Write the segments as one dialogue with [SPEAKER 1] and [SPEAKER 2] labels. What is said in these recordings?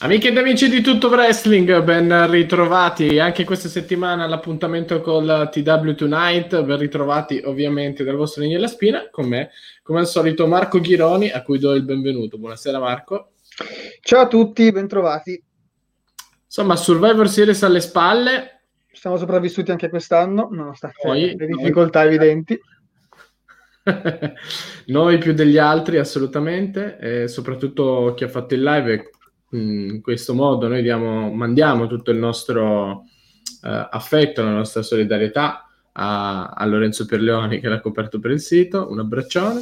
[SPEAKER 1] Amiche ed amici di Tutto Wrestling, ben ritrovati anche questa settimana all'appuntamento col TW Tonight, ben ritrovati ovviamente dal vostro Ligno alla Spina, con me, come al solito Marco Ghironi, a cui do il benvenuto. Buonasera Marco.
[SPEAKER 2] Ciao a tutti, bentrovati.
[SPEAKER 1] Insomma, Survivor Series alle spalle.
[SPEAKER 2] Siamo sopravvissuti anche quest'anno, nonostante le difficoltà
[SPEAKER 1] noi
[SPEAKER 2] evidenti.
[SPEAKER 1] Noi più degli altri assolutamente, e soprattutto chi ha fatto il live. In questo modo noi mandiamo tutto il nostro affetto, la nostra solidarietà a Lorenzo Perleoni che l'ha coperto per il sito. Un abbraccione,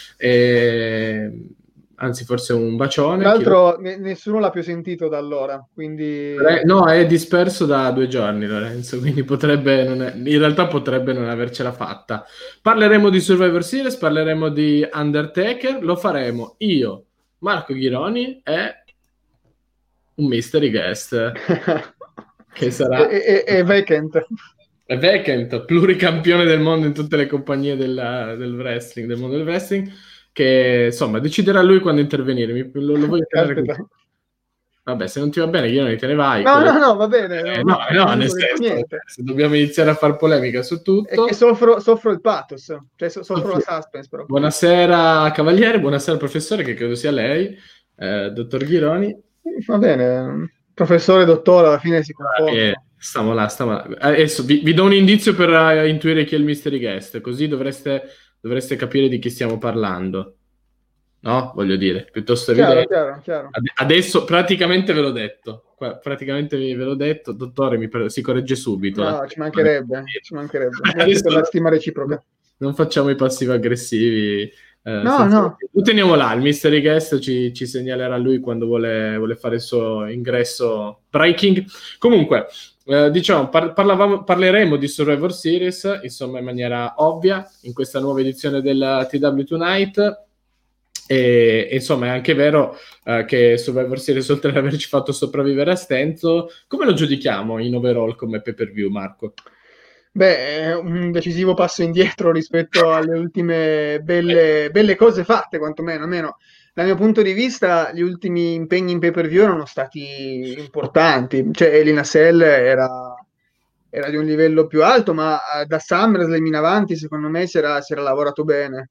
[SPEAKER 1] anzi forse un bacione.
[SPEAKER 2] Tra l'altro nessuno l'ha più sentito da allora, quindi...
[SPEAKER 1] No, è disperso da 2 giorni Lorenzo, quindi in realtà potrebbe non avercela fatta. Parleremo di Survivor Series, parleremo di Undertaker, lo faremo io, Marco Ghironi e un mystery guest che sarà
[SPEAKER 2] è vacant.
[SPEAKER 1] è vacant, pluricampione del mondo in tutte le compagnie del wrestling, del mondo del wrestling, che insomma deciderà lui quando intervenire. Lo voglio tenere così. Vabbè, se non ti va bene, io non te ne vai.
[SPEAKER 2] No, va bene.
[SPEAKER 1] No, nel senso, se dobbiamo iniziare a far polemica su tutto...
[SPEAKER 2] È che soffro il pathos, cioè soffro la suspense però.
[SPEAKER 1] Buonasera Cavaliere, buonasera professore, che credo sia lei, dottor Ghironi.
[SPEAKER 2] Va bene, professore, dottore, alla fine si confondono.
[SPEAKER 1] Stiamo là. Adesso vi do un indizio per intuire chi è il mystery guest, così dovreste capire di chi stiamo parlando. No? Voglio dire, piuttosto evidente.
[SPEAKER 2] Chiaro.
[SPEAKER 1] Adesso praticamente ve l'ho detto. Dottore, si corregge subito.
[SPEAKER 2] No, ci mancherebbe. Grazie per la stima reciproca.
[SPEAKER 1] Non facciamo i passivo-aggressivi.
[SPEAKER 2] No.
[SPEAKER 1] Lo teniamo là, il mystery guest ci segnalerà lui quando vuole fare il suo ingresso breaking. Comunque, diciamo, parleremo di Survivor Series, insomma, in maniera ovvia, in questa nuova edizione del TW Tonight. E insomma è anche vero che Survivor Series, oltre ad averci fatto sopravvivere a stento, come lo giudichiamo in overall come pay-per-view, Marco?
[SPEAKER 2] Beh, è un decisivo passo indietro rispetto alle ultime belle cose fatte, quantomeno. Almeno dal mio punto di vista, gli ultimi impegni in pay-per-view erano stati importanti. Cioè, Elina Sell era di un livello più alto, ma da SummerSlam in avanti, secondo me, si era lavorato bene.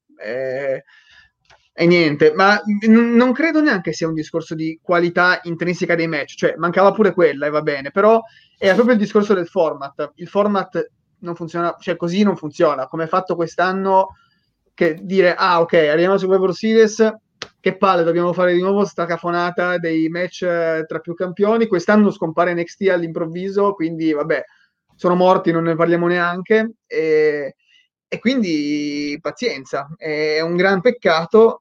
[SPEAKER 2] E niente, ma non credo neanche sia un discorso di qualità intrinseca dei match, cioè mancava pure quella e va bene, però era proprio il discorso del format. Il format non funziona, cioè così non funziona, come è fatto quest'anno, che dire, ok, arriviamo a Survivor Series, che palle, dobbiamo fare di nuovo sta cafonata dei match tra più campioni, quest'anno scompare NXT all'improvviso, quindi vabbè, sono morti, non ne parliamo neanche, e quindi pazienza, è un gran peccato,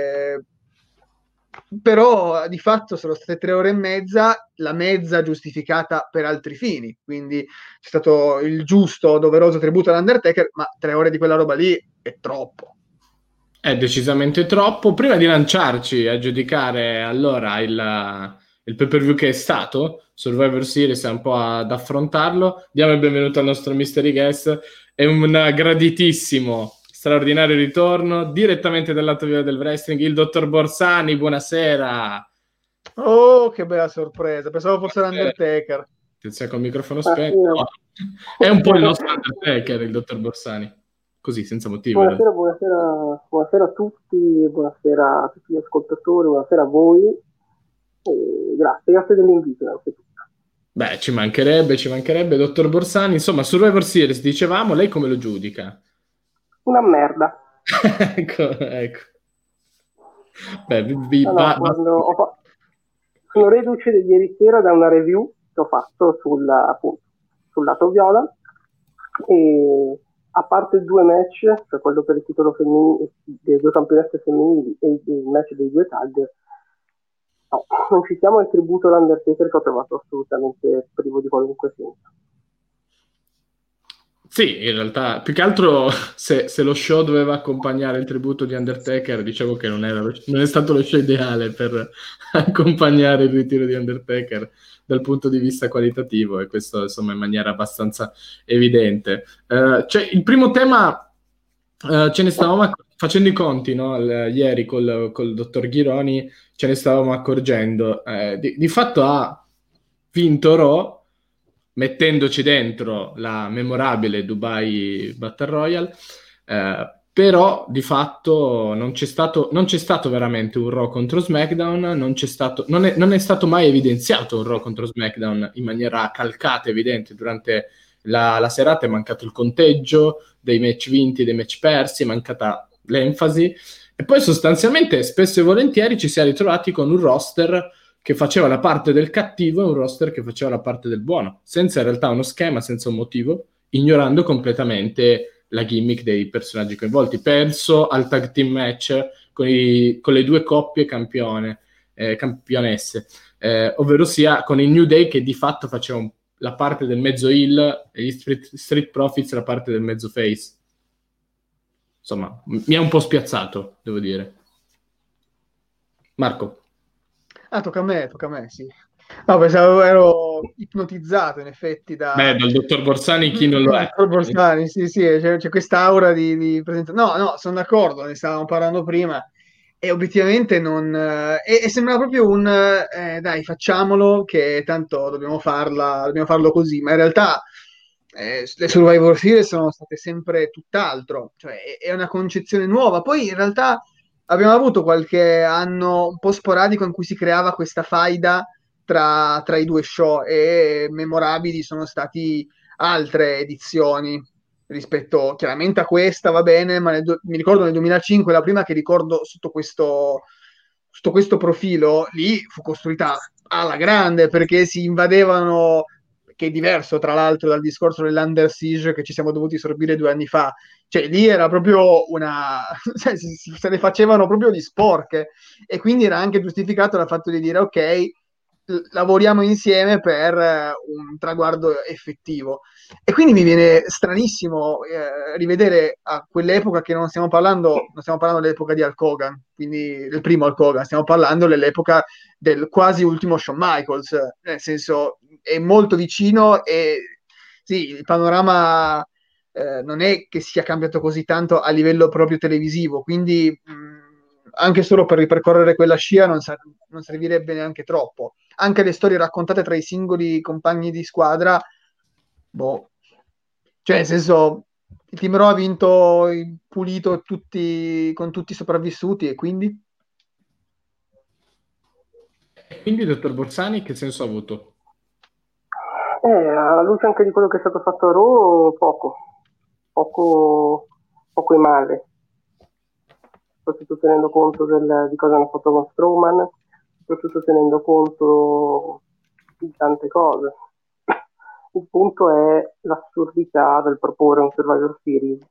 [SPEAKER 2] però di fatto sono state 3 ore e mezza, la mezza giustificata per altri fini, quindi c'è stato il giusto, doveroso tributo all'Undertaker, ma 3 ore di quella roba lì è troppo.
[SPEAKER 1] È decisamente troppo. Prima di lanciarci a giudicare allora il pay-per-view che è stato Survivor Series, un po' ad affrontarlo, diamo il benvenuto al nostro mystery guest. È un graditissimo, straordinario ritorno direttamente dal lato vivo del wrestling, il dottor Borsani. Buonasera.
[SPEAKER 2] Oh, che bella sorpresa, pensavo fosse l'Undertaker.
[SPEAKER 1] Attenzione col microfono spento. No. È un po' il nostro Undertaker, il dottor Borsani. Così, senza motivo.
[SPEAKER 3] Buonasera a tutti, buonasera a tutti gli ascoltatori, buonasera a voi. Grazie dell'invito innanzitutto.
[SPEAKER 1] Beh, ci mancherebbe, dottor Borsani. Insomma, Survivor Series, dicevamo, lei come lo giudica?
[SPEAKER 3] Una merda.
[SPEAKER 1] ecco. Beh,
[SPEAKER 3] sono reduce di ieri sera da una review che ho fatto sul lato viola, e a parte 2 match, cioè quello per il titolo femminile delle 2 campionesse femminili e il match dei 2 tag, no, non ci siamo al tributo all'Undertaker, che ho trovato assolutamente privo di qualunque senso.
[SPEAKER 1] Sì, in realtà, più che altro se lo show doveva accompagnare il tributo di Undertaker, dicevo che non è stato lo show ideale per accompagnare il ritiro di Undertaker dal punto di vista qualitativo, e questo insomma in maniera abbastanza evidente. Cioè, il primo tema ce ne stavamo facendo i conti, no, ieri col dottor Ghironi ce ne stavamo accorgendo. Di fatto ha vinto Raw mettendoci dentro la memorabile Dubai Battle Royale, però di fatto non c'è stato veramente un Raw contro SmackDown, non è stato mai evidenziato un Raw contro SmackDown in maniera calcata, evidente. Durante la serata è mancato il conteggio dei match vinti, dei match persi, è mancata l'enfasi, e poi sostanzialmente spesso e volentieri ci si è ritrovati con un roster che faceva la parte del cattivo e un roster che faceva la parte del buono, senza in realtà uno schema, senza un motivo, ignorando completamente la gimmick dei personaggi coinvolti. Penso al tag team match con le due coppie campionesse, ovvero sia con il New Day, che di fatto faceva la parte del mezzo heel e gli Street Profits la parte del mezzo face. Insomma, mi ha un po' spiazzato, devo dire. Marco.
[SPEAKER 2] Tocca a me, sì. No, pensavo, ero ipnotizzato in effetti
[SPEAKER 1] Dal dottor Borsani, chi non lo è?
[SPEAKER 2] Dottor Borsani, sì, c'è quest'aura di presenza. No, sono d'accordo, ne stavamo parlando prima, e obiettivamente non... e sembra proprio dai, facciamolo, che tanto dobbiamo farlo così, ma in realtà le Survivor Series sono state sempre tutt'altro, cioè è una concezione nuova. Poi in realtà abbiamo avuto qualche anno un po' sporadico in cui si creava questa faida tra i due show, e memorabili sono stati altre edizioni rispetto chiaramente a questa, va bene, ma mi ricordo nel 2005, la prima che ricordo sotto questo profilo, lì fu costruita alla grande, perché si invadevano, che è diverso tra l'altro dal discorso dell'Under Siege che ci siamo dovuti sorbire 2 anni fa. Cioè lì era proprio cioè, se le facevano proprio di sporche, e quindi era anche giustificato dal fatto di dire ok, lavoriamo insieme per un traguardo effettivo. E quindi mi viene stranissimo rivedere a quell'epoca, che non stiamo parlando dell'epoca di Hulk Hogan, quindi del primo Hulk Hogan, stiamo parlando dell'epoca del quasi ultimo Shawn Michaels, nel senso è molto vicino, e sì, il panorama non è che sia cambiato così tanto a livello proprio televisivo, quindi anche solo per ripercorrere quella scia non servirebbe neanche troppo. Anche le storie raccontate tra i singoli compagni di squadra, boh, cioè nel senso, il Team Raw ha vinto pulito con tutti i sopravvissuti, e quindi?
[SPEAKER 1] Quindi, dottor Borsani, che senso ha avuto?
[SPEAKER 3] Alla luce anche di quello che è stato fatto a Raw, poco e male, soprattutto tenendo conto di cosa hanno fatto con Strowman, soprattutto tenendo conto di tante cose. Il punto è l'assurdità del proporre un Survivor Series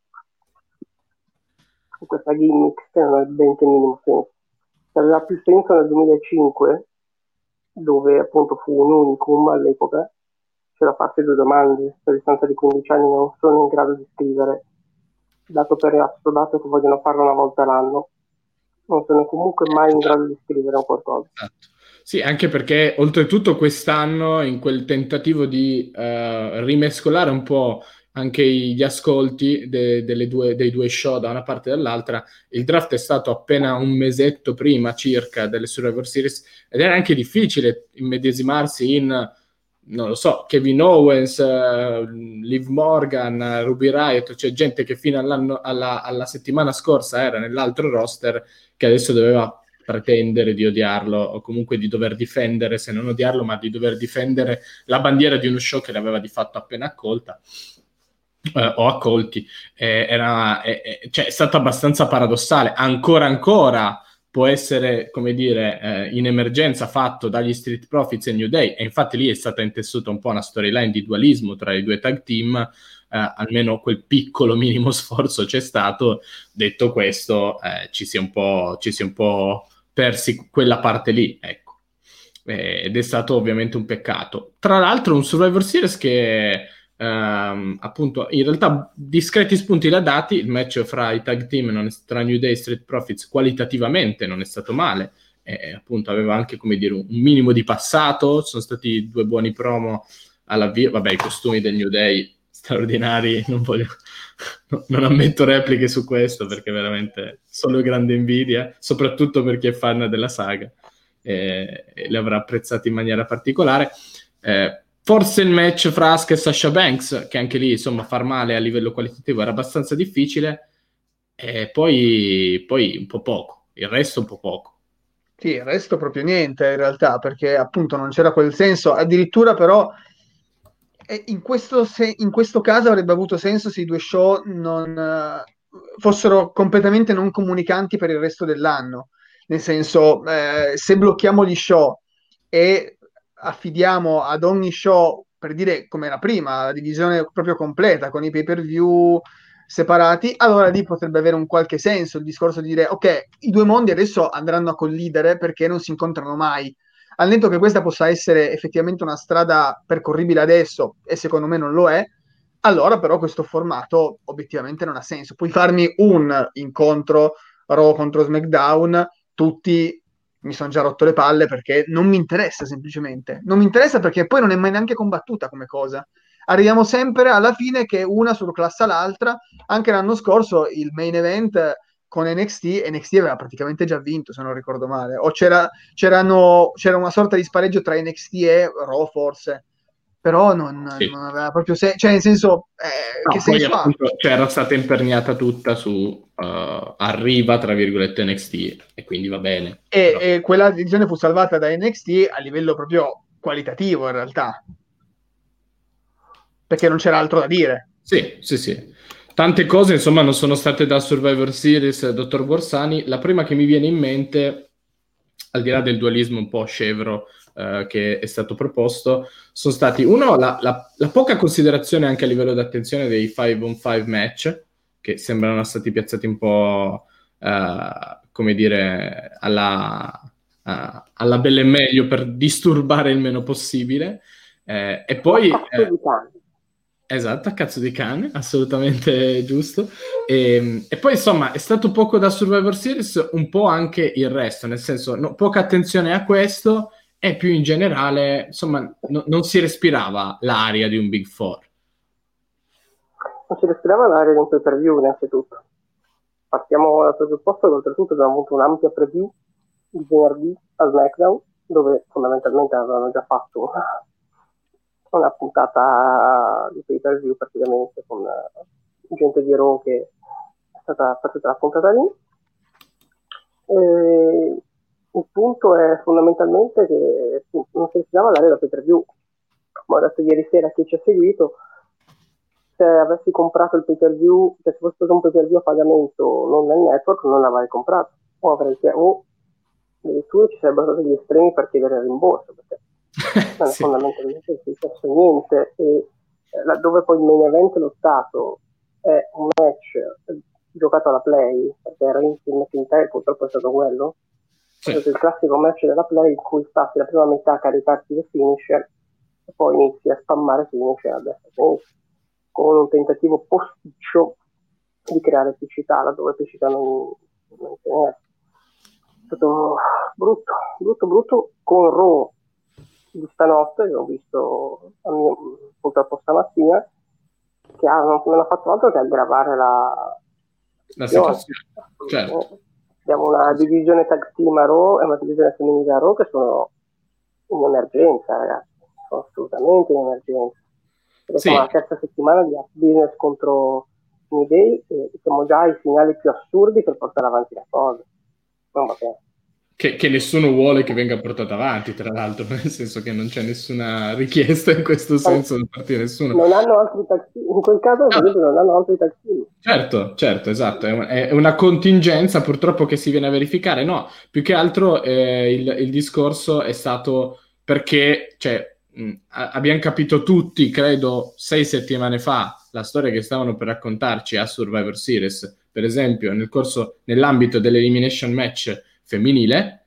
[SPEAKER 3] con questa gimmick che non ha benché minimo senso. Aveva più senso nel 2005, dove appunto fu un unicum all'epoca. C'è da farsi 2 domande: a distanza di 15 anni non sono in grado di scrivere, dato per assodato che vogliono farlo una volta l'anno, non sono comunque mai in grado di scrivere un qualcosa.
[SPEAKER 1] Esatto. Sì, anche perché oltretutto quest'anno, in quel tentativo di rimescolare un po' anche gli ascolti dei due show da una parte e dall'altra, il draft è stato appena un mesetto prima circa delle Survivor Series, ed era anche difficile immedesimarsi in, non lo so, Kevin Owens, Liv Morgan, Ruby Riott, cioè gente che fino alla settimana scorsa era nell'altro roster, che adesso doveva pretendere di odiarlo, o comunque di dover difendere, se non odiarlo, ma di dover difendere la bandiera di uno show che l'aveva di fatto appena accolta o accolti. Cioè, è stato abbastanza paradossale. Ancora può essere, come dire, in emergenza fatto dagli Street Profits e New Day, e infatti lì è stata intessuta un po' una storyline di dualismo tra i due tag team. Almeno quel piccolo minimo sforzo c'è stato. Detto questo, ci si è un po' persi quella parte lì, ecco. Ed è stato ovviamente un peccato. Tra l'altro un Survivor Series che appunto in realtà discreti spunti l'ha dati. Il match fra i tag team tra New Day e Street Profits qualitativamente non è stato male, appunto aveva anche, come dire, un minimo di passato. Sono stati 2 buoni promo all'avvio. Vabbè, i costumi del New Day straordinari, non ammetto repliche su questo perché veramente solo grande invidia, soprattutto per chi è fan della saga e li avrà apprezzati in maniera particolare. Forse il match fra Asuka e Sasha Banks, che anche lì insomma far male a livello qualitativo era abbastanza difficile, e poi un po' poco, il resto un po' poco.
[SPEAKER 2] Sì, il resto proprio niente in realtà, perché appunto non c'era quel senso. Addirittura però in questo caso avrebbe avuto senso se i due show non fossero completamente non comunicanti per il resto dell'anno. Nel senso, se blocchiamo gli show e affidiamo ad ogni show, per dire come era prima, la divisione proprio completa con i pay-per-view separati, allora lì potrebbe avere un qualche senso il discorso di dire ok, i due mondi adesso andranno a collidere perché non si incontrano mai. Al netto che questa possa essere effettivamente una strada percorribile adesso, e secondo me non lo è, allora però questo formato obiettivamente non ha senso. Puoi farmi un incontro Raw contro SmackDown, tutti mi sono già rotto le palle perché non mi interessa semplicemente. Non mi interessa perché poi non è mai neanche combattuta come cosa. Arriviamo sempre alla fine che una surclassa l'altra. Anche l'anno scorso il main event con NXT aveva praticamente già vinto, se non ricordo male. O c'era una sorta di spareggio tra NXT e Raw forse. Però non aveva proprio senso, cioè nel senso,
[SPEAKER 1] no,
[SPEAKER 2] che
[SPEAKER 1] poi
[SPEAKER 2] senso ha?
[SPEAKER 1] appunto era stata imperniata tutta su arriva tra virgolette NXT e quindi va bene.
[SPEAKER 2] E quella divisione fu salvata da NXT a livello proprio qualitativo in realtà, perché non c'era altro da dire.
[SPEAKER 1] Sì. Tante cose, insomma, non sono state da Survivor Series, dottor Borsani. La prima che mi viene in mente, al di là del dualismo un po' scevro che è stato proposto, sono stati, uno, la poca considerazione anche a livello di attenzione dei 5-on-5 match, che sembrano stati piazzati un po', come dire, alla bella e meglio per disturbare il meno possibile. E poi... Esatto, a cazzo di cane, assolutamente giusto. E poi insomma è stato poco da Survivor Series, un po' anche il resto, nel senso poca attenzione a questo e più in generale, insomma, non si respirava l'aria di un Big Four.
[SPEAKER 3] Non si respirava l'aria di un pay-per-view innanzitutto. Partiamo dal presupposto che oltretutto abbiamo avuto un'ampia preview il venerdì a SmackDown, dove fondamentalmente avevano già fatto una puntata di pay-per-view praticamente con gente di Raw che è stata partita la puntata lì. E il punto è fondamentalmente che non si respirava l'aria da pay-per-view. Come ho detto ieri sera a chi ci ha seguito, se avessi comprato il pay-per-view, se fosse stato un pay-per-view a pagamento non nel network, non l'avrei comprato, o addirittura ci sarebbero stati gli estremi per chiedere il rimborso, perché non è fondamentalmente non è successo niente. E laddove poi il main event lottato è un match giocato alla play, perché era in McIntyre, purtroppo è stato quello, è stato il classico match della play in cui passi la prima metà a caricarti le finisher e poi inizi a spammare finisher a destra con un tentativo posticcio di creare eticità laddove eticità non ce n'è. È stato brutto con Raw di stanotte, che ho visto purtroppo stamattina, che non ha fatto altro che aggravare la
[SPEAKER 1] situazione. Certo.
[SPEAKER 3] Abbiamo una divisione tag team a Raw e una divisione femminile a Raw che sono in emergenza, ragazzi, sono assolutamente in emergenza. Siamo alla terza settimana di business contro New Day e siamo già ai segnali più assurdi per portare avanti la cosa. Non va bene.
[SPEAKER 1] Che nessuno vuole che venga portata avanti, tra l'altro, nel senso che non c'è nessuna richiesta in questo senso da parte di nessuno.
[SPEAKER 3] Non hanno altri taxi, in quel caso non hanno altri taxi.
[SPEAKER 1] Certo, esatto, è una contingenza purtroppo che si viene a verificare. No, più che altro il discorso è stato perché, abbiamo capito tutti, credo 6 settimane fa, la storia che stavano per raccontarci a Survivor Series, per esempio nell'ambito dell'elimination match femminile,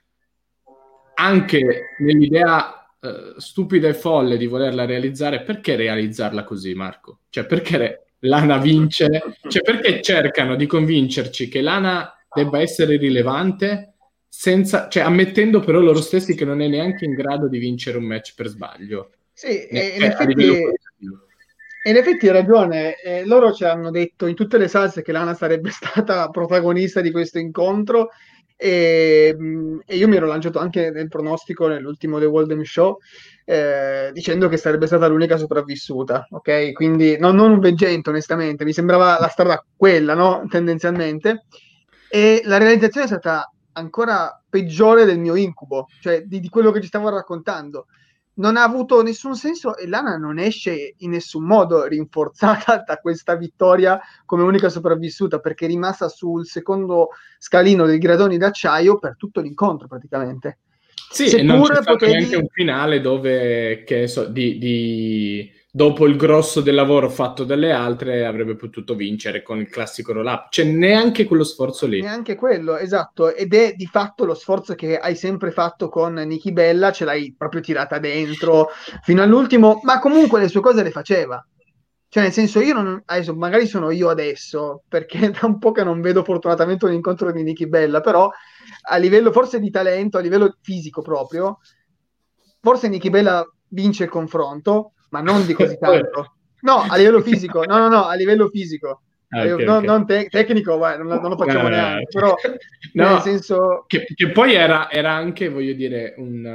[SPEAKER 1] anche nell'idea stupida e folle di volerla realizzare. Perché realizzarla così, Marco? Cioè, perché Lana vince? Cioè, perché cercano di convincerci che Lana debba essere rilevante ammettendo però loro stessi che non è neanche in grado di vincere un match per sbaglio.
[SPEAKER 2] Sì, in effetti E in effetti hai ragione, loro ci hanno detto in tutte le salse che Lana sarebbe stata protagonista di questo incontro e io mi ero lanciato anche nel pronostico nell'ultimo The Waldem Show dicendo che sarebbe stata l'unica sopravvissuta, ok? Quindi non un veggente onestamente, mi sembrava la strada quella, no? Tendenzialmente. E la realizzazione è stata ancora peggiore del mio incubo, cioè di quello che ci stavo raccontando non ha avuto nessun senso e Lana non esce in nessun modo rinforzata da questa vittoria come unica sopravvissuta perché è rimasta sul secondo scalino dei gradoni d'acciaio per tutto l'incontro praticamente.
[SPEAKER 1] Sì, e non c'è
[SPEAKER 2] Seppur
[SPEAKER 1] stato neanche
[SPEAKER 2] potevi...
[SPEAKER 1] un finale dove, che ne so, dopo il grosso del lavoro fatto dalle altre avrebbe potuto vincere con il classico roll-up. C'è neanche quello sforzo lì.
[SPEAKER 2] Neanche quello, esatto, ed è di fatto lo sforzo che hai sempre fatto con Niki Bella, ce l'hai proprio tirata dentro fino all'ultimo, ma comunque le sue cose le faceva. Cioè, nel senso, io non, adesso, magari sono io adesso, perché da un po' che non vedo fortunatamente un incontro di Niki Bella, però a livello forse di talento, a livello fisico proprio, forse Niki Bella vince il confronto, ma non di così tanto. No, a livello fisico, no, a livello fisico.
[SPEAKER 1] Ok, ok.
[SPEAKER 2] Non tecnico, non lo facciamo
[SPEAKER 1] No.
[SPEAKER 2] neanche, però cioè, nel
[SPEAKER 1] No,
[SPEAKER 2] senso...
[SPEAKER 1] che poi era anche, voglio dire,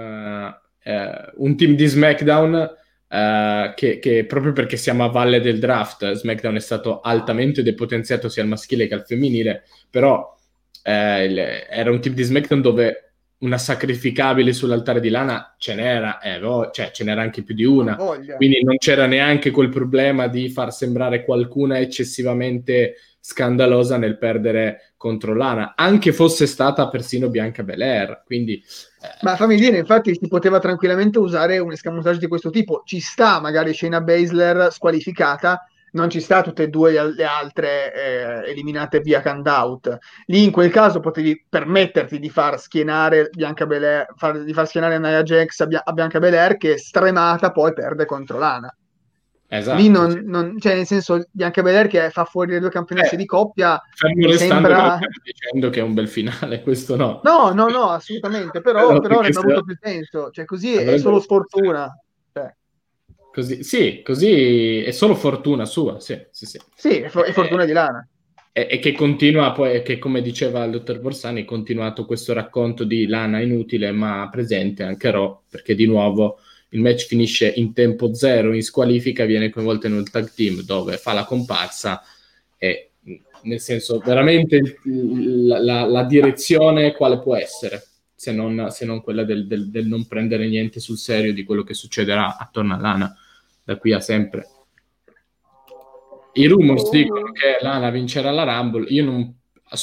[SPEAKER 1] un team di SmackDown che proprio perché siamo a valle del draft, SmackDown è stato altamente depotenziato sia al maschile che al femminile, però era un team di SmackDown dove una sacrificabile sull'altare di Lana ce n'era, cioè ce n'era anche più di
[SPEAKER 2] Ha
[SPEAKER 1] una,
[SPEAKER 2] voglia.
[SPEAKER 1] quindi non c'era neanche quel problema di far sembrare qualcuna eccessivamente scandalosa nel perdere contro Lana, anche fosse stata persino Bianca Belair, quindi
[SPEAKER 2] Ma fammi dire, infatti si poteva tranquillamente usare un escamotage di questo tipo. Ci sta magari Shayna Baszler squalificata, non ci sta tutte e due le altre eliminate via count-out. Lì in quel caso potevi permetterti di far schienare Bianca Belair, di far schienare Nia Jax a Bianca Belair che stremata poi perde contro Lana. Lì
[SPEAKER 1] esatto, sì.
[SPEAKER 2] cioè nel senso Bianca Belair che fa fuori le due campionesse di coppia
[SPEAKER 1] Fermo
[SPEAKER 2] mi
[SPEAKER 1] restando che non
[SPEAKER 2] sembra
[SPEAKER 1] stiamo dicendo che è un bel finale, questo no.
[SPEAKER 2] No, assolutamente, però,
[SPEAKER 1] Però
[SPEAKER 2] però
[SPEAKER 1] perché
[SPEAKER 2] avrebbe
[SPEAKER 1] se no
[SPEAKER 2] avuto più senso, cioè così è
[SPEAKER 1] avrebbe
[SPEAKER 2] solo
[SPEAKER 1] avuto più
[SPEAKER 2] sfortuna.
[SPEAKER 1] senso.
[SPEAKER 2] Cioè,
[SPEAKER 1] Così, sì, così è solo fortuna sua, sì, sì, sì.
[SPEAKER 2] sì, è fortuna di Lana.
[SPEAKER 1] E che continua poi, che come diceva il dottor Borsani, è continuato questo racconto di Lana inutile ma presente anche Raw, perché di nuovo il match finisce in tempo zero, in squalifica, viene coinvolto in un tag team dove fa la comparsa e nel senso veramente la direzione quale può essere, se non quella del non prendere niente sul serio di quello che succederà attorno a Lana da qui a sempre. I rumors dicono che Lana vincerà la Rumble. Io non,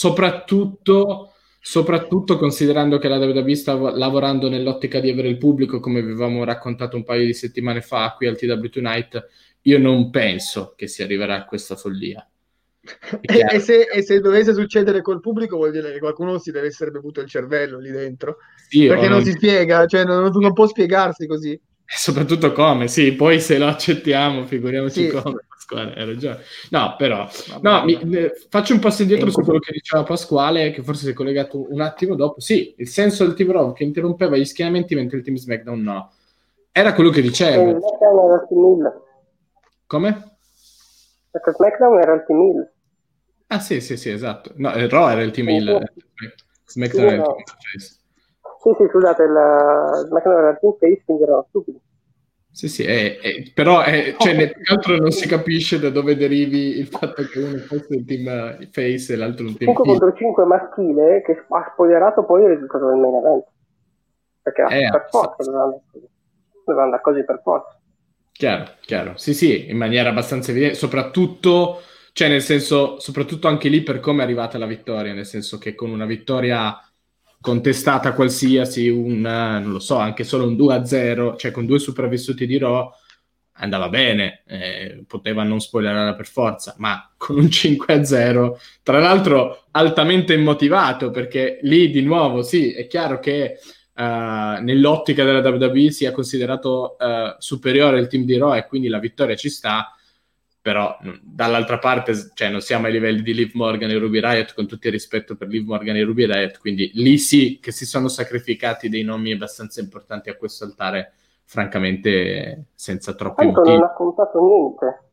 [SPEAKER 1] soprattutto considerando che la WWE sta lavorando nell'ottica di avere il pubblico, come avevamo raccontato un paio di settimane fa qui al TW Tonight, io non penso che si arriverà a questa follia. È
[SPEAKER 2] E,
[SPEAKER 1] chiaro.
[SPEAKER 2] e se dovesse succedere col pubblico vuol dire che qualcuno si deve essere bevuto il cervello lì dentro,
[SPEAKER 1] Sì, o
[SPEAKER 2] perché non
[SPEAKER 1] non,
[SPEAKER 2] si spiega, cioè non può spiegarsi così.
[SPEAKER 1] soprattutto come, sì, poi se lo accettiamo, figuriamoci
[SPEAKER 2] Sì,
[SPEAKER 1] come, Pasquale, hai ragione. No, però,
[SPEAKER 2] mamma
[SPEAKER 1] no,
[SPEAKER 2] mia.
[SPEAKER 1] faccio un passo
[SPEAKER 2] È
[SPEAKER 1] indietro su quello
[SPEAKER 2] incubo.
[SPEAKER 1] che diceva Pasquale, che forse si è collegato un attimo dopo. Sì, il senso del Team Raw che interrompeva gli schieramenti mentre il Team SmackDown no. Era quello che
[SPEAKER 3] Perché
[SPEAKER 1] dicevo.
[SPEAKER 3] SmackDown era il Team Hill.
[SPEAKER 1] Come?
[SPEAKER 3] Perché SmackDown era il Team Hill.
[SPEAKER 1] Ah, sì, sì, sì, esatto. No, il Raw era il Team
[SPEAKER 3] Quindi,
[SPEAKER 1] Hill,
[SPEAKER 3] sì,
[SPEAKER 1] SmackDown era il Team
[SPEAKER 3] no.
[SPEAKER 1] Face.
[SPEAKER 3] Sì, scusate, SmackDown era il Team Face, quindi erano stupidi.
[SPEAKER 1] Sì, sì, però cioè, più che altro non si capisce da dove derivi il fatto che uno fosse un team face e l'altro un team
[SPEAKER 3] 5
[SPEAKER 1] heel.
[SPEAKER 3] contro 5 maschile che ha spoilerato poi il risultato del main event. Perché per forza doveva andare così per forza.
[SPEAKER 1] Chiaro, chiaro. Sì, sì, in maniera abbastanza evidente, soprattutto, cioè nel senso, soprattutto anche lì per come è arrivata la vittoria, nel senso che con una vittoria contestata qualsiasi, non lo so, anche solo un 2-0, cioè con due sopravvissuti di Raw, andava bene, poteva non spoilerare per forza, ma con un 5-0, tra l'altro altamente immotivato, perché lì di nuovo, sì, è chiaro che nell'ottica della WWE sia considerato superiore il team di Raw e quindi la vittoria ci sta, però dall'altra parte cioè, non siamo ai livelli di Liv Morgan e Ruby Riott, con tutto il rispetto per Liv Morgan e Ruby Riott, quindi lì sì che si sono sacrificati dei nomi abbastanza importanti a questo altare, francamente senza troppi
[SPEAKER 3] Tanto non
[SPEAKER 1] motivi.
[SPEAKER 3] ha contato niente.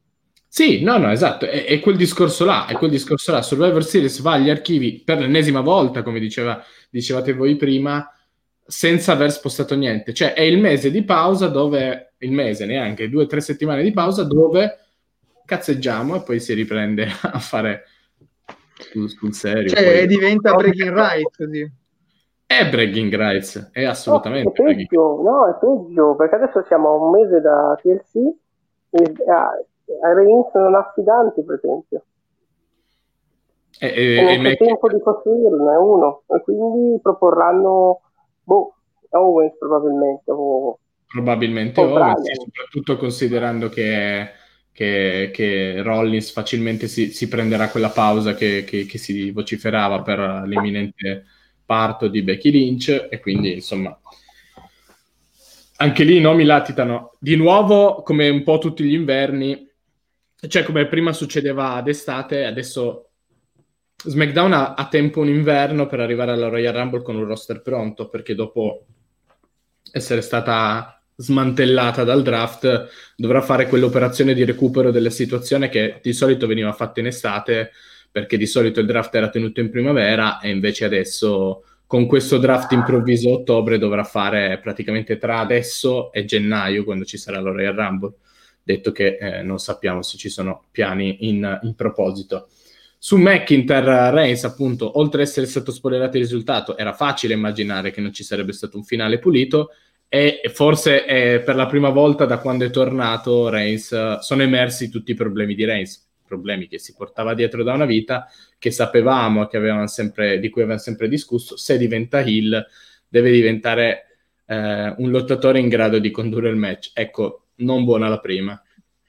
[SPEAKER 1] Sì, no, no, esatto, è quel discorso là, Survivor Series va agli archivi per l'ennesima volta, come dicevate voi prima, senza aver spostato niente. Cioè, è il mese di pausa dove, il mese neanche, 2 o 3 settimane di pausa dove cazzeggiamo e poi si riprende a fare sul serio.
[SPEAKER 2] Cioè
[SPEAKER 1] Poi.
[SPEAKER 2] diventa Breaking Right, così.
[SPEAKER 1] È Bragging Rights, è
[SPEAKER 3] No, è
[SPEAKER 1] assolutamente Bragging.
[SPEAKER 3] peggio, no, è peggio, perché adesso siamo a un mese da TLC e a Reigns non ha affidanti, per esempio. E non c'è tempo di costruirne uno, e quindi proporranno Owens probabilmente.
[SPEAKER 1] Probabilmente Owens, sì, soprattutto considerando che Rollins facilmente si prenderà quella pausa che si vociferava per l'imminente parto di Becky Lynch, e quindi insomma anche lì i nomi latitano di nuovo, come un po' tutti gli inverni, cioè come prima succedeva d'estate, adesso SmackDown ha tempo un inverno per arrivare alla Royal Rumble con un roster pronto, perché dopo essere stata smantellata dal draft dovrà fare quell'operazione di recupero della situazione che di solito veniva fatta in estate, perché di solito il draft era tenuto in primavera, e invece adesso con questo draft improvviso a ottobre dovrà fare praticamente tra adesso e gennaio, quando ci sarà la Royal Rumble, detto che non sappiamo se ci sono piani in proposito. Su McIntyre Reigns, appunto, oltre ad essere stato spoilerato il risultato, era facile immaginare che non ci sarebbe stato un finale pulito, e forse per la prima volta da quando è tornato Reigns sono emersi tutti i problemi di Reigns, problemi che si portava dietro da una vita, che sapevamo, che di cui avevamo sempre discusso. Se diventa heel deve diventare un lottatore in grado di condurre il match. Ecco, non buona la prima.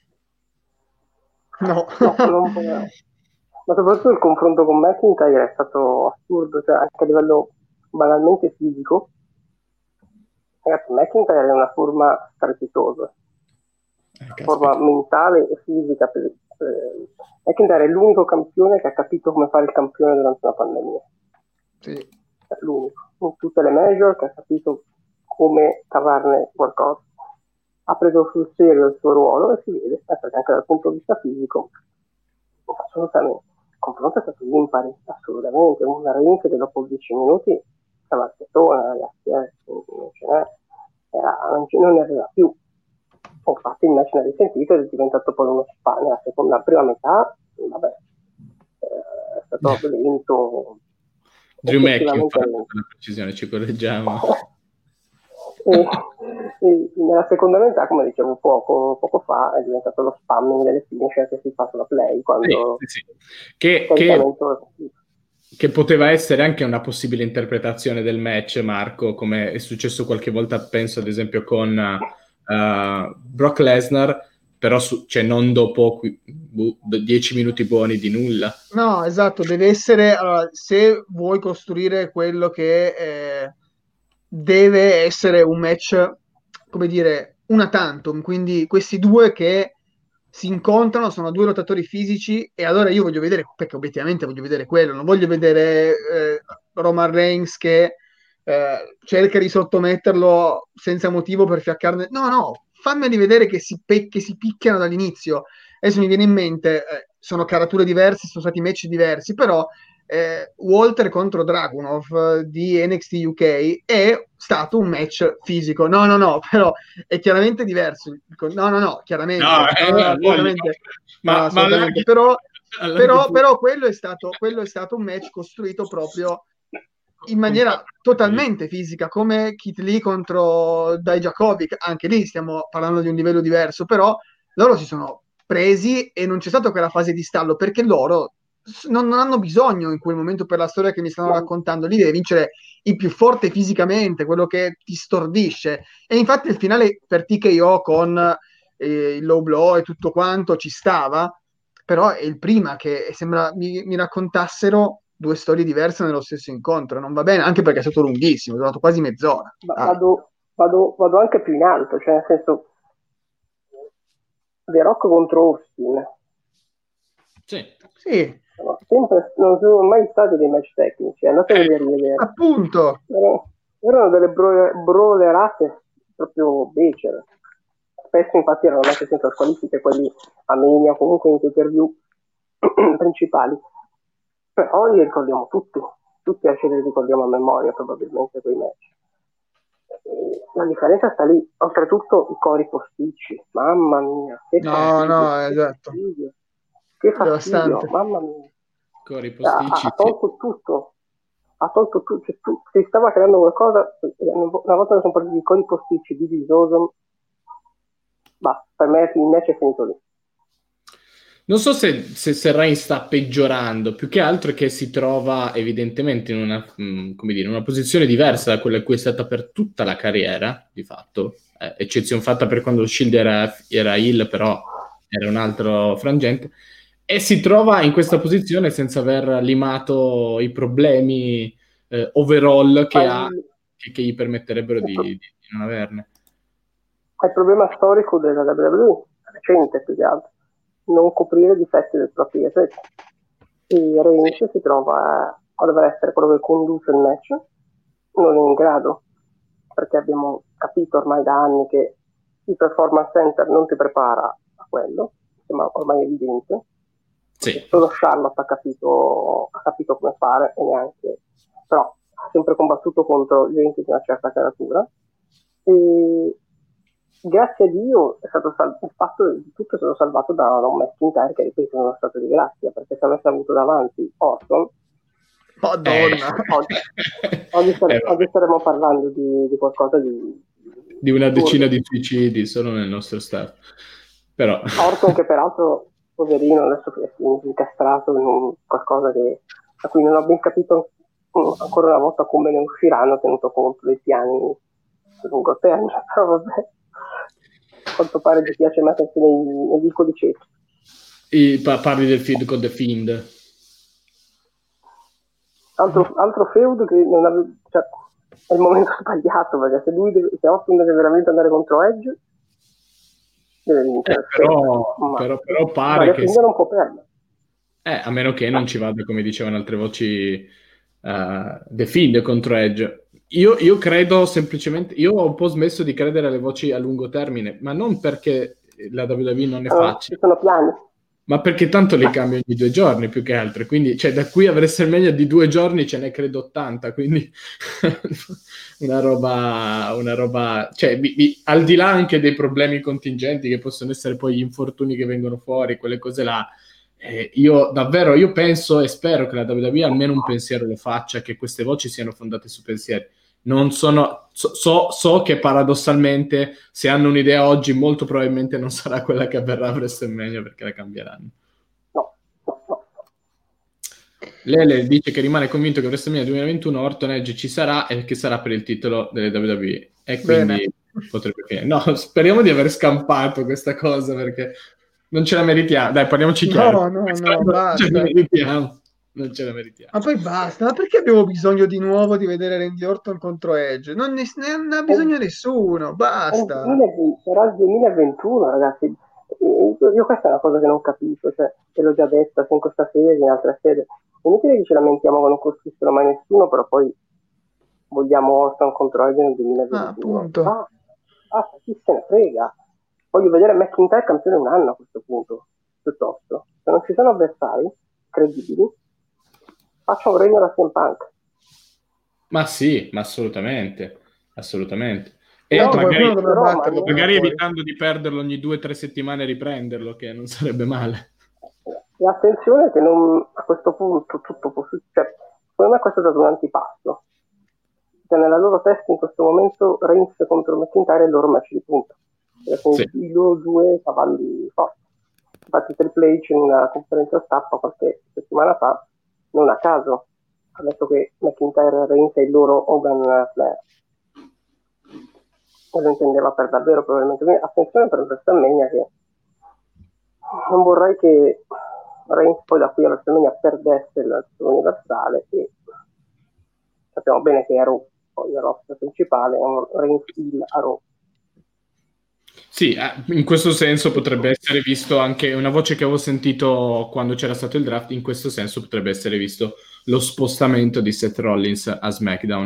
[SPEAKER 2] No,
[SPEAKER 3] non buona. Ma soprattutto il confronto con McIntyre è stato assurdo, cioè anche a livello banalmente fisico. Ragazzi, McIntyre è una forma strepitosa, forma mentale e fisica. McIntyre è l'unico campione che ha capito come fare il campione durante una pandemia.
[SPEAKER 2] Sì.
[SPEAKER 3] È l'unico, in tutte le major, che ha capito come cavarne qualcosa. Ha preso sul serio il suo ruolo e si vede, perché anche dal punto di vista fisico, assolutamente. Il confronto è stato impari, assolutamente. Una Reigns che dopo 10 minuti stava a tetona, ragazzi, non ce n'è. Non ne aveva più. Infatti il match ne ha risentito ed è diventato poi uno spam. La prima metà, vabbè, è stato lento.
[SPEAKER 1] Drew McIntyre, per la precisione, ci correggiamo.
[SPEAKER 3] E nella seconda metà, come dicevo poco fa, è diventato lo spamming delle finisher che si fa sulla play quando
[SPEAKER 1] sì. Che poteva essere anche una possibile interpretazione del match, Marco, come è successo qualche volta, penso ad esempio con Brock Lesnar, però cioè non dopo 10 minuti buoni di nulla.
[SPEAKER 2] No, esatto, deve essere, allora, se vuoi costruire quello che deve essere un match, come dire, una tantum, quindi questi due che si incontrano, sono due lottatori fisici, e allora io voglio vedere, perché obiettivamente voglio vedere quello, non voglio vedere Roman Reigns che cerca di sottometterlo senza motivo per fiaccarne. No, fammeli vedere che si picchiano dall'inizio. Adesso mi viene in mente, sono carature diverse, sono stati match diversi, però Walter contro Dragunov di NXT UK è stato un match fisico. No, però è chiaramente diverso. No, chiaramente. Assolutamente. Assolutamente. Però quello è stato un match costruito proprio in maniera totalmente fisica, come Keith Lee contro Dijakovic. Anche lì stiamo parlando di un livello diverso, però loro si sono presi e non c'è stata quella fase di stallo, perché loro non hanno bisogno in quel momento, per la storia che mi stanno raccontando. Lì deve vincere il più forte fisicamente, quello che ti stordisce, e infatti il finale per TKO con il low blow e tutto quanto ci stava, però è il prima che sembra mi raccontassero due storie diverse nello stesso incontro. Non va bene, anche perché è stato lunghissimo, è durato quasi mezz'ora.
[SPEAKER 3] Vado anche più in alto, cioè nel senso The Rock contro Austin.
[SPEAKER 2] Sì.
[SPEAKER 3] Non sono mai stati dei match tecnici, andateveli a rivedere.
[SPEAKER 2] Appunto.
[SPEAKER 3] Erano delle brolerate proprio becere. spesso infatti erano messi senza squalifiche quelli a Mania o comunque in pay-per-view principali, però li ricordiamo tutti ce li ricordiamo a memoria probabilmente quei match. La differenza sta lì, oltretutto i cori posticci, mamma mia, che
[SPEAKER 2] esatto,
[SPEAKER 3] che fastidio, mamma mia,
[SPEAKER 1] cori posticci,
[SPEAKER 3] ha tolto tutto, cioè, si stava creando qualcosa, una volta che sono partiti i cori posticci di Disosom, per me il match è finito lì.
[SPEAKER 1] Non so se Reigns sta peggiorando, più che altro che si trova evidentemente in una, come dire, una posizione diversa da quella in cui è stata per tutta la carriera, di fatto, eccezione fatta per quando lo Shield era heel, però era un altro frangente, e si trova in questa posizione senza aver limato i problemi overall che ha, che gli permetterebbero di non averne.
[SPEAKER 3] È il problema storico della WWE, recente più che altro, non coprire i difetti del proprio atleta. E Reigns si trova a dover essere quello che conduce il match, non è in grado, perché abbiamo capito ormai da anni che il Performance Center non ti prepara a quello, sembra ormai evidente.
[SPEAKER 1] Sì.
[SPEAKER 3] Solo Charlotte ha capito come fare, e neanche, però ha sempre combattuto contro gente di una certa caratura, e grazie a Dio è stato il fatto di tutto è stato salvato da un McIntyre che, ripeto, è uno stato di grazia, perché se avesse avuto davanti Orton,
[SPEAKER 2] Madonna,
[SPEAKER 3] oggi staremmo parlando di qualcosa
[SPEAKER 1] di una decina di suicidi solo nel nostro staff. Però
[SPEAKER 3] Orton, che peraltro poverino adesso è incastrato in qualcosa a cui non ho ben capito ancora una volta come ne usciranno, tenuto conto dei piani a lungo termine, però vabbè, a quanto pare gli piace mettersi nei vicoli ciechi.
[SPEAKER 1] Parli del feud con The Fiend,
[SPEAKER 3] altro feud che non aveva, cioè, è il momento sbagliato, perché se Austin deve veramente andare contro Edge deve vincere,
[SPEAKER 1] però pare che
[SPEAKER 3] non può perdere,
[SPEAKER 1] a meno che non ci vada, come dicevano altre voci, The Fiend contro Edge. Io credo semplicemente, io ho un po' smesso di credere alle voci a lungo termine, ma non perché la WWE non ne faccia,
[SPEAKER 3] ci sono piani, ma
[SPEAKER 1] perché tanto li cambio ogni 2 giorni più che altro, quindi cioè, da qui a WrestleMania di 2 giorni ce ne credo 80, quindi una roba cioè, al di là anche dei problemi contingenti che possono essere poi gli infortuni che vengono fuori, quelle cose là, io penso e spero che la WWE almeno un pensiero lo faccia, che queste voci siano fondate su pensieri. Non sono so che paradossalmente se hanno un'idea oggi molto probabilmente non sarà quella che avverrà a WrestleMania, perché la cambieranno.
[SPEAKER 3] No.
[SPEAKER 1] Lele dice che rimane convinto che WrestleMania 2021 Orton Edge ci sarà e che sarà per il titolo delle WWE, e quindi potrebbe finire. No, speriamo di aver scampato questa cosa, perché non ce la meritiamo. Dai, parliamoci chiaro.
[SPEAKER 2] No, basta.
[SPEAKER 1] Non ce la meritiamo.
[SPEAKER 2] Ma poi basta, ma perché abbiamo bisogno di nuovo di vedere Randy Orton contro Edge? Non ne ha bisogno nessuno, basta.
[SPEAKER 3] Sarà il 2021, ragazzi. Io questa è una cosa che non capisco, cioè, te l'ho già detto sia in questa sede che in altre sedi. È inutile che ci lamentiamo che non costruiscono mai nessuno, però poi vogliamo Orton contro Edge nel 2021. Chi se ne frega? Voglio vedere McIntyre campione un anno a questo punto, piuttosto. Se non ci sono avversari credibili, faccio un regno da CM Punk.
[SPEAKER 1] Ma sì, ma assolutamente. E
[SPEAKER 2] no,
[SPEAKER 1] magari evitando di perderlo ogni 2 o 3 settimane e riprenderlo, che non sarebbe male.
[SPEAKER 3] E attenzione che a questo punto tutto può succedere. Secondo me questo è stato un antipasto. Cioè, nella loro testa in questo momento Reigns contro McIntyre è il loro match di punta. Sono i loro 2 cavalli forti. Infatti Triple H in una conferenza stampa qualche settimana fa, non a caso, ha detto che McIntyre e Reigns è il loro Hogan Flair. E lo intendeva per davvero probabilmente. Quindi attenzione per WrestleMania, che non vorrei che Reigns poi da qui a WrestleMania perdesse il titolo universale, e sappiamo bene che è Raw, poi il roster principale è un Reigns heel a Raw.
[SPEAKER 1] Sì, in questo senso potrebbe essere visto anche una voce che avevo sentito quando c'era stato il draft, in questo senso potrebbe essere visto lo spostamento di Seth Rollins a SmackDown.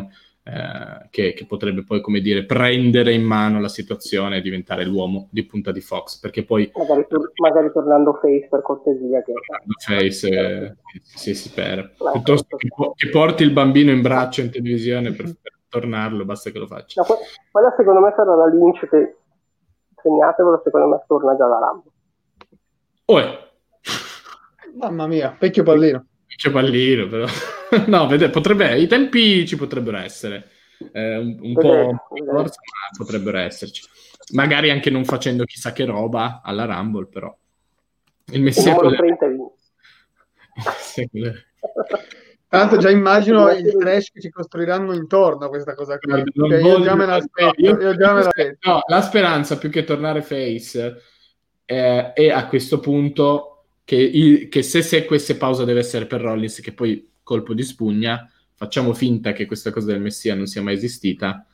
[SPEAKER 1] che potrebbe poi, come dire, prendere in mano la situazione e diventare l'uomo di punta di Fox, perché poi
[SPEAKER 3] magari tornando face per cortesia, che
[SPEAKER 1] face si perde, piuttosto che porti il bambino in braccio in televisione per tornarlo, basta che lo faccia.
[SPEAKER 3] No, quella secondo me sarà la Lynch che, segnatevelo, secondo me torna già da Rambo.
[SPEAKER 2] Mamma mia, vecchio pallino.
[SPEAKER 1] Vecchio pallino, però. No, potrebbe, i tempi ci potrebbero essere. Un po' forza, ma potrebbero esserci. Magari anche non facendo chissà che roba alla Rumble, però. Il Messia
[SPEAKER 2] Tanto già immagino il trash che ci costruiranno intorno a questa cosa qui. Io già me l'aspetto.
[SPEAKER 1] No, la speranza più che tornare face è a questo punto che se questa pausa deve essere per Rollins, che poi colpo di spugna, facciamo finta che questa cosa del Messia non sia mai esistita.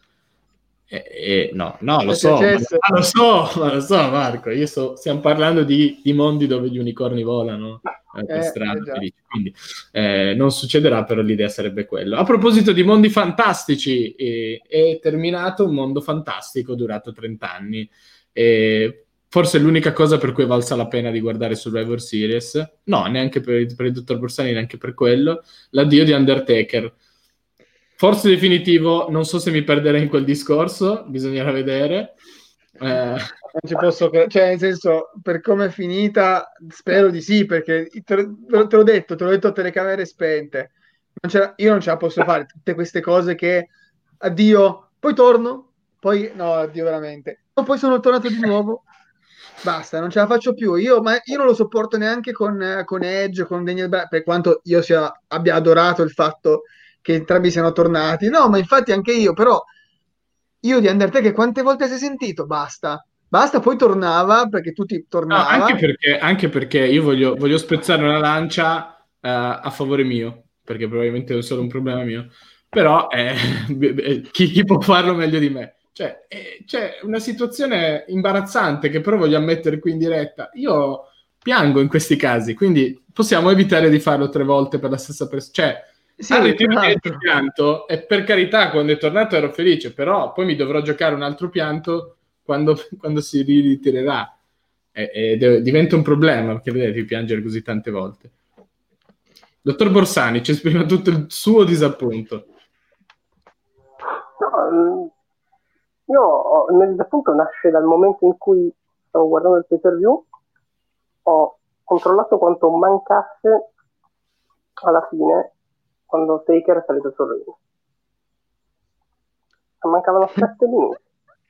[SPEAKER 1] No, lo so, lo so, Marco. Stiamo parlando di mondi dove gli unicorni volano per strada, quindi non succederà, però l'idea sarebbe quello. A proposito di mondi fantastici, è terminato un mondo fantastico durato 30 anni. Forse l'unica cosa per cui è valsa la pena di guardare Survivor Series, no, neanche per il dottor Borsani, neanche per quello, l'addio di Undertaker. Forse definitivo, non so se mi perderei in quel discorso, bisognerà vedere.
[SPEAKER 2] Non ci posso cioè, nel senso, per come è finita, spero di sì, perché te l'ho detto a telecamere spente. Io non ce la posso fare, tutte queste cose che addio, poi torno, poi no, addio veramente. Poi sono tornato di nuovo, basta, non ce la faccio più. Io non lo sopporto neanche con Edge, con Daniel Bryan, per quanto io abbia adorato il fatto che entrambi siano tornati. No, ma infatti anche io, però io di Undertaker quante volte sei sentito? Basta, poi tornava perché tutti tornava.
[SPEAKER 1] No, anche perché io voglio spezzare una lancia a favore mio, perché probabilmente è solo un problema mio, però chi può farlo meglio di me? Cioè, c'è una situazione imbarazzante che però voglio ammettere qui in diretta. Io piango in questi casi, quindi possiamo evitare di farlo 3 volte per la stessa persona. Cioè,
[SPEAKER 2] sì,
[SPEAKER 1] il pianto, e per carità, quando è tornato ero felice, però poi mi dovrò giocare un altro pianto quando si ritirerà. Diventa un problema, perché vedete piangere così tante volte. Dottor Borsani ci esprime tutto il suo disappunto.
[SPEAKER 3] No, il disappunto nasce dal momento in cui stavo guardando il pay-per-view, ho controllato quanto mancasse alla fine quando Taker è salito sul ring. Mancavano 7 minuti.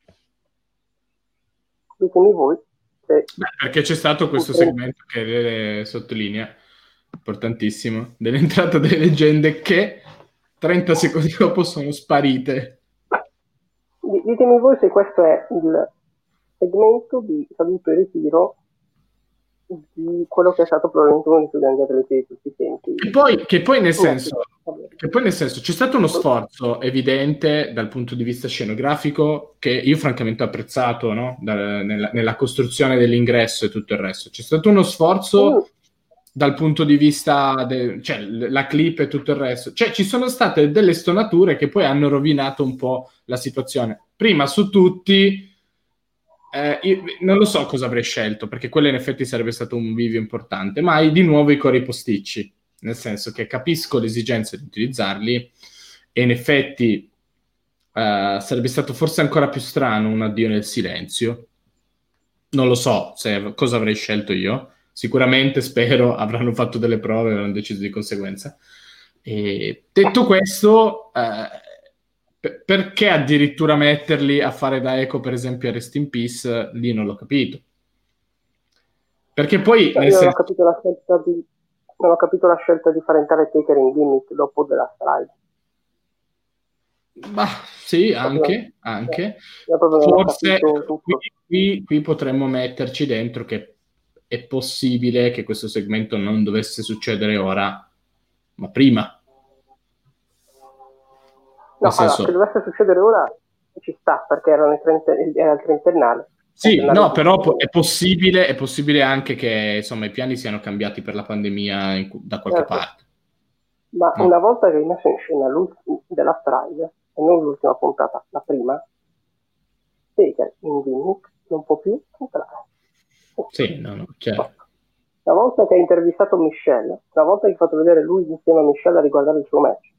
[SPEAKER 3] Ditemi voi.
[SPEAKER 1] Perché c'è stato questo segmento che sottolinea, importantissimo, dell'entrata delle leggende che 30 secondi dopo sono sparite.
[SPEAKER 3] Ditemi voi se questo è il segmento di saluto e ritiro di quello che è stato probabilmente uno dei più grandi atleti di tutti i tempi.
[SPEAKER 1] Che poi nel senso c'è stato uno sforzo evidente dal punto di vista scenografico che io francamente ho apprezzato, no? Nella costruzione dell'ingresso e tutto il resto. C'è stato uno sforzo dal punto di vista cioè la clip e tutto il resto. Cioè ci sono state delle stonature che poi hanno rovinato un po' la situazione. Prima su tutti io non lo so cosa avrei scelto, perché quello in effetti sarebbe stato un bivio importante, ma hai di nuovo i cori posticci, nel senso che capisco l'esigenza di utilizzarli e in effetti sarebbe stato forse ancora più strano un addio nel silenzio. Non lo so cosa avrei scelto io, sicuramente spero avranno fatto delle prove e avranno deciso di conseguenza. E detto questo, perché addirittura metterli a fare da eco, per esempio, a Rest in Peace, lì non l'ho capito. Perché poi
[SPEAKER 3] non ho capito la scelta di fare entrare Taker in gimmick dopo della stride.
[SPEAKER 1] Ma sì, anche. Forse qui potremmo metterci dentro che è possibile che questo segmento non dovesse succedere ora, ma prima.
[SPEAKER 3] No, se dovesse succedere ora ci sta, perché era il trentennale.
[SPEAKER 1] Sì, no, però è possibile anche che insomma i piani siano cambiati per la pandemia da qualche parte.
[SPEAKER 3] Ma una volta che hai messo in scena l'ultimo della stride, e non l'ultima puntata, la prima, Taker in gimmick non può più entrare.
[SPEAKER 1] Sì, no, certo.
[SPEAKER 3] Una volta che ha intervistato Michelle, una volta che ha fatto vedere lui insieme a Michelle a riguardare il suo match.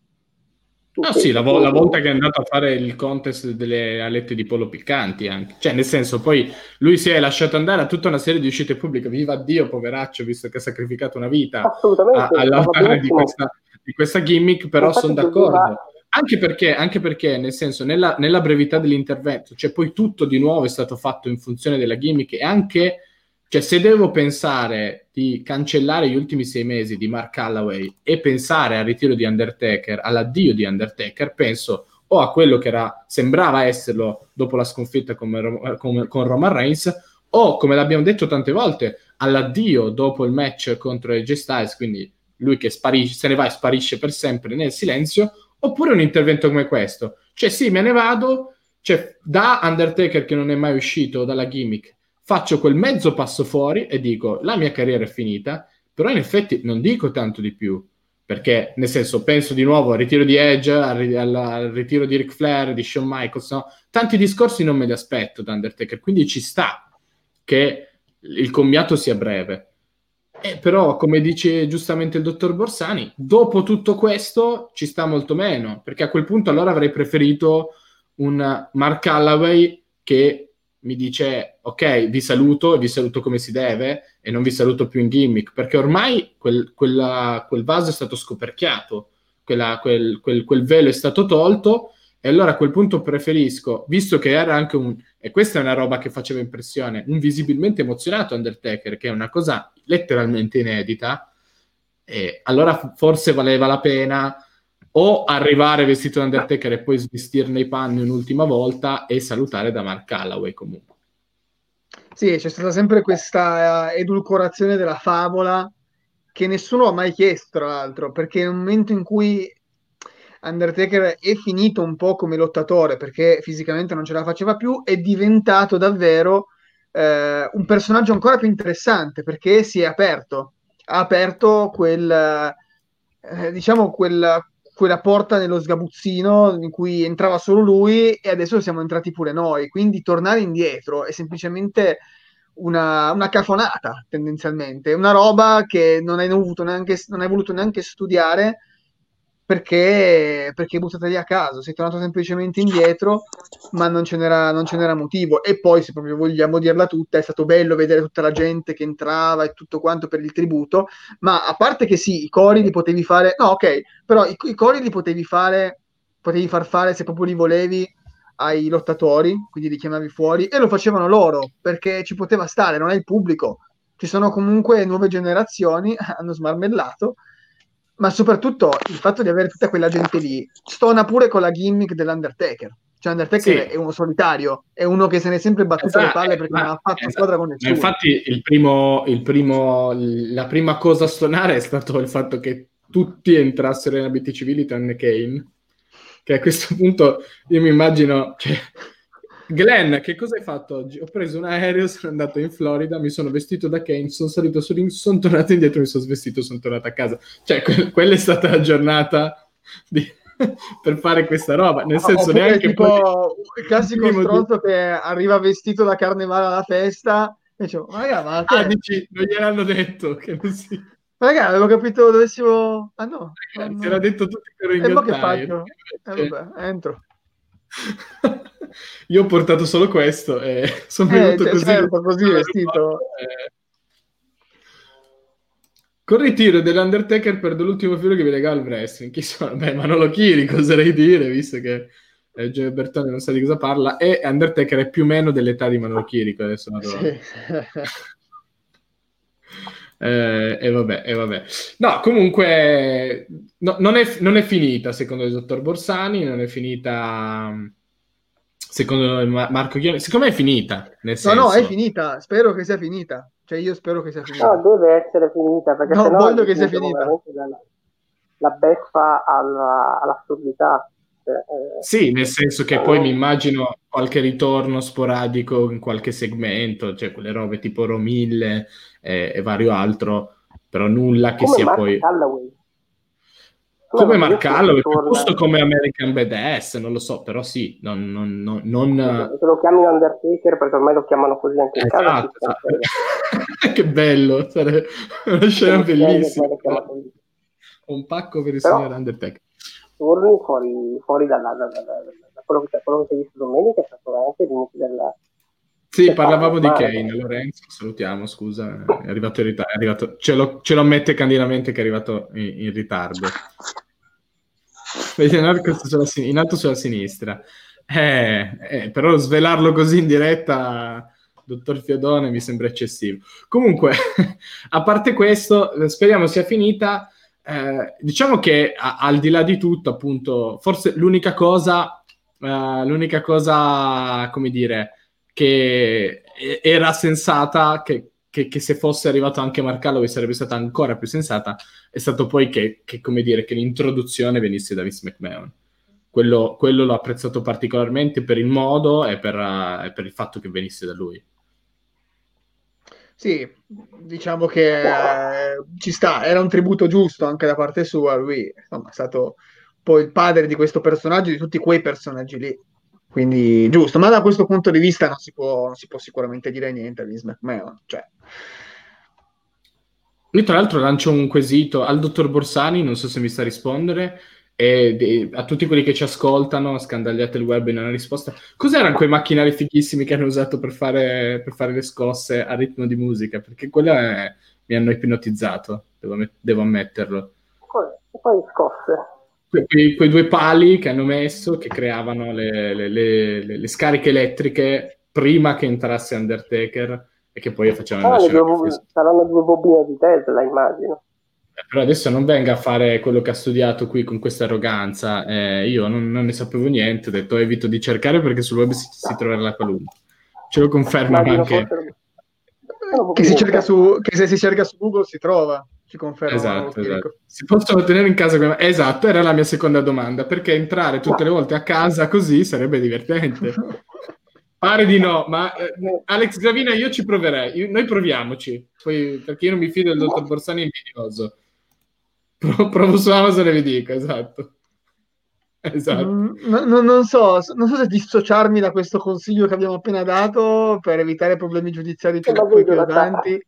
[SPEAKER 1] Sì, la volta che è andato a fare il contest delle alette di pollo piccanti anche. Cioè, nel senso, poi lui si è lasciato andare a tutta una serie di uscite pubbliche. Viva Dio, poveraccio, visto che ha sacrificato una vita all'altare di questa gimmick, però sono d'accordo. Anche perché, nel senso, nella brevità dell'intervento, cioè poi tutto di nuovo è stato fatto in funzione della gimmick e anche... Cioè, se devo pensare di cancellare gli ultimi 6 mesi di Mark Calloway e pensare al ritiro di Undertaker, all'addio di Undertaker, penso o a quello che sembrava esserlo dopo la sconfitta con Roman Reigns, o, come l'abbiamo detto tante volte, all'addio dopo il match contro AJ Styles, quindi lui che se ne va e sparisce per sempre nel silenzio, oppure un intervento come questo. Cioè, sì, me ne vado, cioè, da Undertaker che non è mai uscito dalla gimmick, faccio quel mezzo passo fuori e dico la mia carriera è finita, però in effetti non dico tanto di più, perché nel senso penso di nuovo al ritiro di Edge, al ritiro di Ric Flair, di Shawn Michaels, no? Tanti discorsi non me li aspetto da Undertaker, quindi ci sta che il commiato sia breve. Però, come dice giustamente il dottor Borsani, dopo tutto questo ci sta molto meno, perché a quel punto allora avrei preferito un Mark Calloway che mi dice ok, vi saluto come si deve e non vi saluto più in gimmick, perché ormai quel vaso è stato scoperchiato, quel velo è stato tolto, e allora a quel punto preferisco, visto che era anche e questa è una roba che faceva impressione, un visibilmente emozionato Undertaker, che è una cosa letteralmente inedita, e allora forse valeva la pena o arrivare vestito da Undertaker e poi svestirne i panni un'ultima volta e salutare da Mark Calloway comunque.
[SPEAKER 2] Sì, c'è stata sempre questa edulcorazione della favola che nessuno ha mai chiesto, tra l'altro, perché nel momento in cui Undertaker è finito un po' come lottatore, perché fisicamente non ce la faceva più, è diventato davvero un personaggio ancora più interessante, perché si è aperto, ha aperto diciamo quella porta nello sgabuzzino in cui entrava solo lui e adesso siamo entrati pure noi. Quindi tornare indietro è semplicemente una cafonata, tendenzialmente, una roba che non hai voluto neanche studiare perché è buttata lì a caso. Sei tornato semplicemente indietro, ma non ce n'era motivo. E poi, se proprio vogliamo dirla tutta, è stato bello vedere tutta la gente che entrava e tutto quanto per il tributo. Ma a parte che sì, i cori li potevi fare, no, ok, però i cori li potevi far fare se proprio li volevi ai lottatori, quindi li chiamavi fuori e lo facevano loro perché ci poteva stare, non è il pubblico. Ci sono comunque nuove generazioni, hanno smarmellato, ma soprattutto il fatto di avere tutta quella gente lì stona pure con la gimmick dell'Undertaker. Cioè, Undertaker
[SPEAKER 1] Sì.
[SPEAKER 2] è uno solitario, è uno che se ne è sempre battuto le palle perché non ha fatto squadra con nessuno.
[SPEAKER 1] Infatti, la prima cosa a stonare è stato il fatto che tutti entrassero in abiti civili tranne Kane, che a questo punto io mi immagino, cioè, Glenn, che cosa hai fatto oggi? Ho preso un aereo, sono andato in Florida, mi sono vestito da Kane, sono salito su ring, sono tornato indietro, mi sono svestito, sono tornato a casa. Cioè, quella è stata la giornata per fare questa roba, nel senso neanche
[SPEAKER 2] tipo
[SPEAKER 1] poi...
[SPEAKER 2] il classico stronzo che arriva vestito da carnevale alla festa e dicevo, raga, ma che...
[SPEAKER 1] dici, non gliel'hanno detto che non si...
[SPEAKER 2] Raga, avevo capito dovessimo... Ah no,
[SPEAKER 1] si era detto tutti che ero in
[SPEAKER 2] e mo che
[SPEAKER 1] ghiacciaio.
[SPEAKER 2] faccio? Vabbè, entro.
[SPEAKER 1] Io ho portato solo questo e sono venuto così.
[SPEAKER 2] Certo, così vestito.
[SPEAKER 1] Col ritiro dell'Undertaker perdo l'ultimo filo che mi lega al wrestling. Chi sono? Beh, Manolo Chiri, oserei dire, visto che Gioia Bertone non sa di cosa parla, e Undertaker è più o meno dell'età di Manolo Chirico, adesso vado...
[SPEAKER 2] Sì.
[SPEAKER 1] E vabbè. No, comunque non è finita, secondo il dottor Borsani, non è finita secondo Marco Chioni. Secondo me è finita, nel senso...
[SPEAKER 2] No, è finita, spero che sia finita. Cioè, io spero che sia finita.
[SPEAKER 3] No, deve essere finita, perché
[SPEAKER 2] no,
[SPEAKER 3] sennò
[SPEAKER 2] voglio che sia finita.
[SPEAKER 3] La beffa all'assurdità.
[SPEAKER 1] Sì, nel senso che poi mi immagino qualche ritorno sporadico in qualche segmento, cioè quelle robe tipo Romille e vario altro, però nulla che
[SPEAKER 3] come
[SPEAKER 1] sia
[SPEAKER 3] Mark
[SPEAKER 1] poi...
[SPEAKER 3] Calloway.
[SPEAKER 1] come Mark Calloway, piuttosto come American Badass, non lo so, però sì, non...
[SPEAKER 3] Se lo chiami Undertaker, perché ormai lo chiamano così anche in casa.
[SPEAKER 1] Esatto. Che bello, sarebbe una scena bellissima. Un pacco per il signor Undertaker.
[SPEAKER 3] Torni fuori da quello che hai visto domenica, è stato veramente il limite della...
[SPEAKER 1] Sì, parlavamo di Kane, Lorenzo, salutiamo, scusa, è arrivato in ritardo, ce lo ammette candidamente che è arrivato in ritardo. Vedi, in alto sulla sinistra. Però svelarlo così in diretta, dottor Fiodone, mi sembra eccessivo. Comunque, a parte questo, speriamo sia finita. Diciamo che al di là di tutto, appunto, forse l'unica cosa, come dire, che era sensata, che se fosse arrivato anche Mark Calloway sarebbe stata ancora più sensata, è stato poi che come dire, che l'introduzione venisse da Vince McMahon. Quello l'ho apprezzato particolarmente per il modo e per il fatto che venisse da lui.
[SPEAKER 2] Sì, diciamo che ci sta, era un tributo giusto anche da parte sua, lui insomma, è stato poi il padre di questo personaggio, di tutti quei personaggi lì, quindi giusto, ma da questo punto di vista non si può sicuramente dire niente a Vince McMahon, cioè.
[SPEAKER 1] Io tra l'altro lancio un quesito al dottor Borsani, non so se mi sta a rispondere, e a tutti quelli che ci ascoltano, scandagliate il web in una risposta. Cos'erano quei macchinari fighissimi che hanno usato per fare le scosse a ritmo di musica? Perché mi hanno ipnotizzato, devo ammetterlo.
[SPEAKER 3] Poi scosse.
[SPEAKER 1] Quei due pali che hanno messo, che creavano le scariche elettriche prima che entrasse Undertaker e che poi facevano la scena.
[SPEAKER 3] Saranno 2 bobine di Tesla, immagino.
[SPEAKER 1] Però adesso non venga a fare quello che ha studiato qui con questa arroganza. Io non ne sapevo niente, ho detto evito di cercare perché sul web si troverà la qualunque. Ce lo confermano anche.
[SPEAKER 2] Che se si cerca su Google si trova, ci conferma.
[SPEAKER 1] Esatto. Si possono tenere in casa. Esatto, era la mia seconda domanda, perché entrare tutte le volte a casa così sarebbe divertente. Pare di no, ma Alex Gravina, io ci proverei. Noi proviamoci, poi, perché io non mi fido del dottor Borsani invidioso. Provo su Amazon e vi dico, esatto.
[SPEAKER 2] Non so se dissociarmi da questo consiglio che abbiamo appena dato per evitare problemi giudiziari più avanti.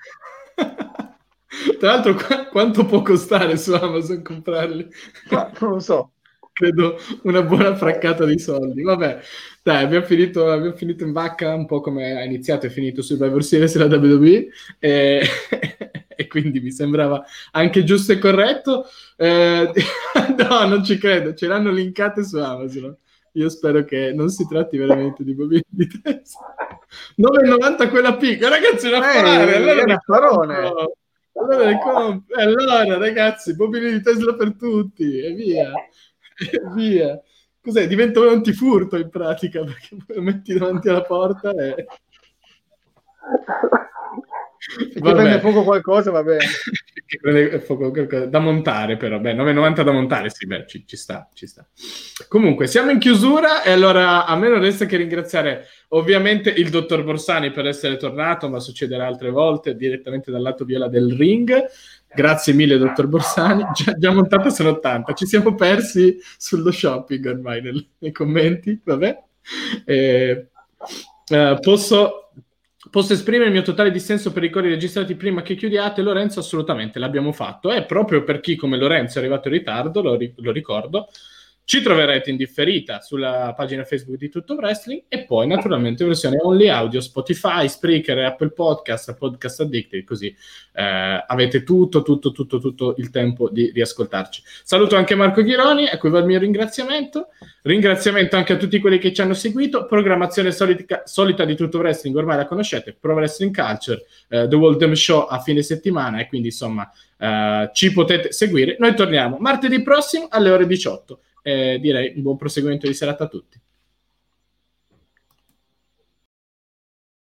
[SPEAKER 1] Tra l'altro, quanto può costare su Amazon comprarli?
[SPEAKER 2] Non lo so.
[SPEAKER 1] Credo una buona fraccata di soldi. Vabbè, dai, abbiamo finito in vacca un po' come ha iniziato e finito Survivor Series e la WWE e quindi mi sembrava anche giusto e corretto. No, non ci credo, ce l'hanno linkate su Amazon. Io spero che non si tratti veramente di bobine di testa. 9,90 quella piccola, ragazzi, un affarone. Allora, ragazzi, bobine di Tesla per tutti e via. Via. Cos'è? Diventa un antifurto in pratica, perché lo metti davanti alla porta e
[SPEAKER 2] se ti prende fuoco qualcosa va bene.
[SPEAKER 1] Prende fuoco qualcosa da montare, però 9,90 da montare, sì, beh, ci sta. Comunque siamo in chiusura e allora a me non resta che ringraziare ovviamente il dottor Borsani per essere tornato, ma succederà altre volte direttamente dal lato viola del ring. Grazie mille, dottor Borsani. Già montata sono 80. Ci siamo persi sullo shopping ormai nei commenti. Vabbè. Posso esprimere il mio totale dissenso per i cori registrati prima che chiudiate, Lorenzo? Assolutamente, l'abbiamo fatto. E proprio per chi come Lorenzo è arrivato in ritardo, lo ricordo, ci troverete in differita sulla pagina Facebook di Tutto Wrestling e poi naturalmente versione only audio, Spotify, Spreaker, Apple Podcast Addicted, così avete tutto il tempo di riascoltarci. Saluto anche Marco Ghironi, a cui va il mio ringraziamento anche a tutti quelli che ci hanno seguito. Programmazione solita di Tutto Wrestling, ormai la conoscete, Pro Wrestling Culture, The World Show a fine settimana e quindi insomma ci potete seguire. Noi torniamo martedì prossimo alle ore 18. Direi un buon proseguimento di serata a tutti.